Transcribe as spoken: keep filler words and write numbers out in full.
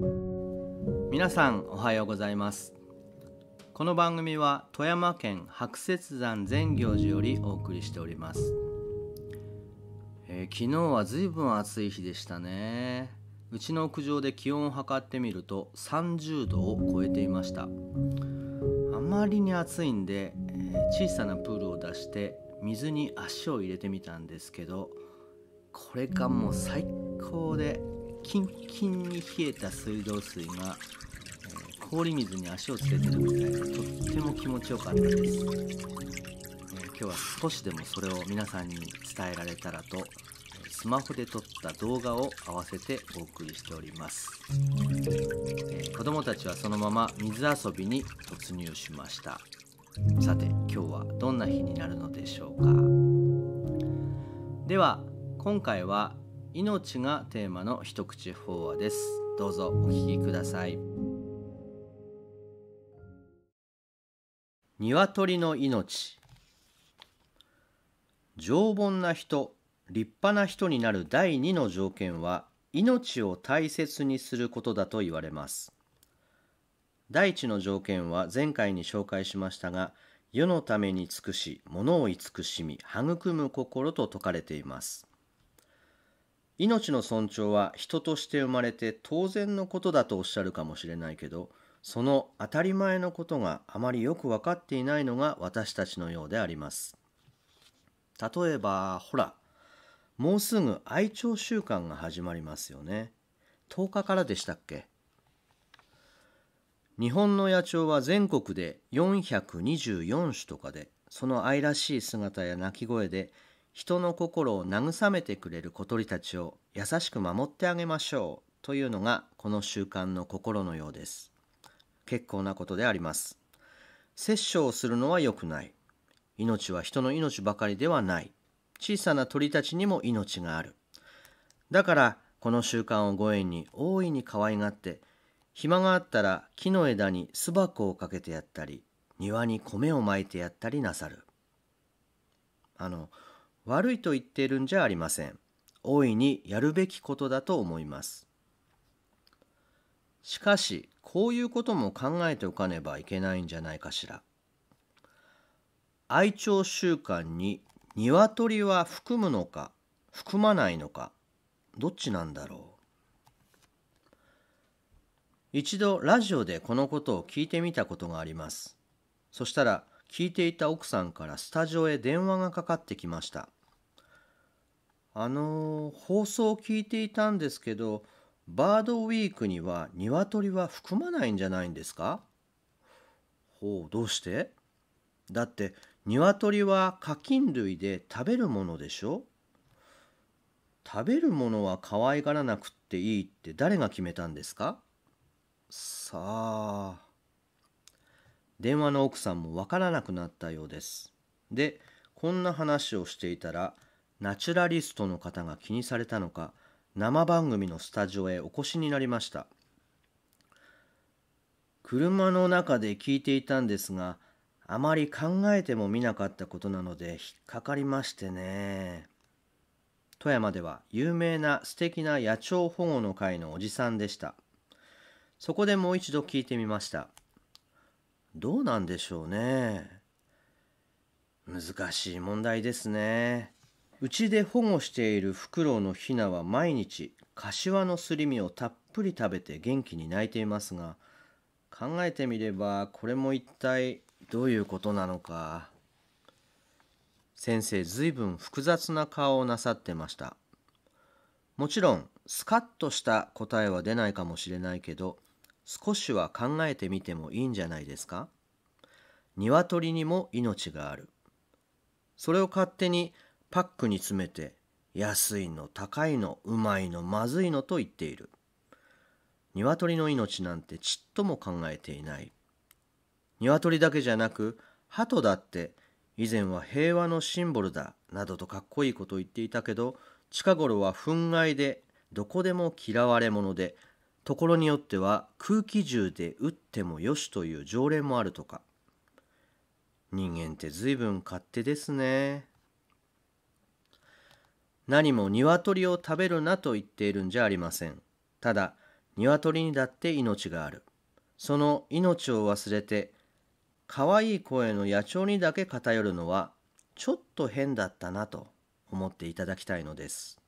皆さんおはようございます。この番組は富山県白雪山善行寺よりお送りしております。えー、昨日はずいぶん暑い日でしたね。うちの屋上で気温を測ってみるとさんじゅうどを超えていました。あまりに暑いんで、えー、小さなプールを出して水に足を入れてみたんですけど、これがもう最高でキンキンに冷えた水道水が、えー氷水に足をつけてるみたいでとっても気持ちよかったです。えー今日は少しでもそれを皆さんに伝えられたらと、スマホで撮った動画を合わせてお送りしております。えー、子どもたちはそのまま水遊びに突入しました。さて今日はどんな日になるのでしょうか。では今回は命がテーマの一口法話です。どうぞお聞きください。鶏の命。常凡な人、立派な人になる第二の条件は命を大切にすることだと言われます。第一の条件は前回に紹介しましたが、世のために尽くし、物を慈しみ、育む心と説かれています。命の尊重は人として生まれて当然のことだとおっしゃるかもしれないけど、その当たり前のことがあまりよく分かっていないのが私たちのようであります。例えば、ほら、もうすぐ愛鳥週間が始まりますよね。とおかからでしたっけ。日本の野鳥は全国でよんひゃくにじゅうよん種とかで、その愛らしい姿や鳴き声で人の心を慰めてくれる小鳥たちを優しく守ってあげましょうというのがこの習慣の心のようです。結構なことであります。殺生をするのは良くない。命は人の命ばかりではない。小さな鳥たちにも命がある。だからこの習慣をご縁に大いに可愛がって、暇があったら木の枝に巣箱をかけてやったり、庭に米をまいてやったりなさる。あの、悪いと言っているんじゃありません。大いにやるべきことだと思います。しかし、こういうことも考えておかねばいけないんじゃないかしら。愛鳥習慣に鶏は含むのか含まないのか、どっちなんだろう。一度ラジオでこのことを聞いてみたことがあります。そしたら聞いていた奥さんからスタジオへ電話がかかってきました。あの放送を聞いていたんですけど、バードウィークには鶏は含まないんじゃないんですか。ほう、どうして？だって鶏は家禽類で食べるものでしょ。食べるものは可愛がらなくっていいって誰が決めたんですか。さあ。電話の奥さんもわからなくなったようです。で、こんな話をしていたら、ナチュラリストの方が気にされたのか、生番組のスタジオへお越しになりました。車の中で聞いていたんですが、あまり考えてもみなかったことなので引っかかりましてね。富山では有名な素敵な野鳥保護の会のおじさんでした。そこでもう一度聞いてみました。どうなんでしょうね。難しい問題ですね。うちで保護しているフクロウのヒナは毎日柏のすり身をたっぷり食べて元気に鳴いていますが、考えてみればこれも一体どういうことなのか。先生、ずいぶん複雑な顔をなさってました。もちろんスカッとした答えは出ないかもしれないけど、少しは考えてみてもいいんじゃないですか。鶏にも命がある。それを勝手にパックに詰めて、安いの高いのうまいのまずいのと言っている。鶏の命なんてちっとも考えていない。鶏だけじゃなく、鳩だって以前は平和のシンボルだなどとかっこいいことを言っていたけど、近頃は憤慨でどこでも嫌われ者で、ところによっては空気銃で撃ってもよしという条例もあるとか。人間ってずいぶん勝手ですね。何も鶏を食べるなと言っているんじゃありません。ただ、 鶏にだって命がある。その命を忘れて、かわいい声の野鳥にだけ偏るのは、ちょっと変だったなと思っていただきたいのです。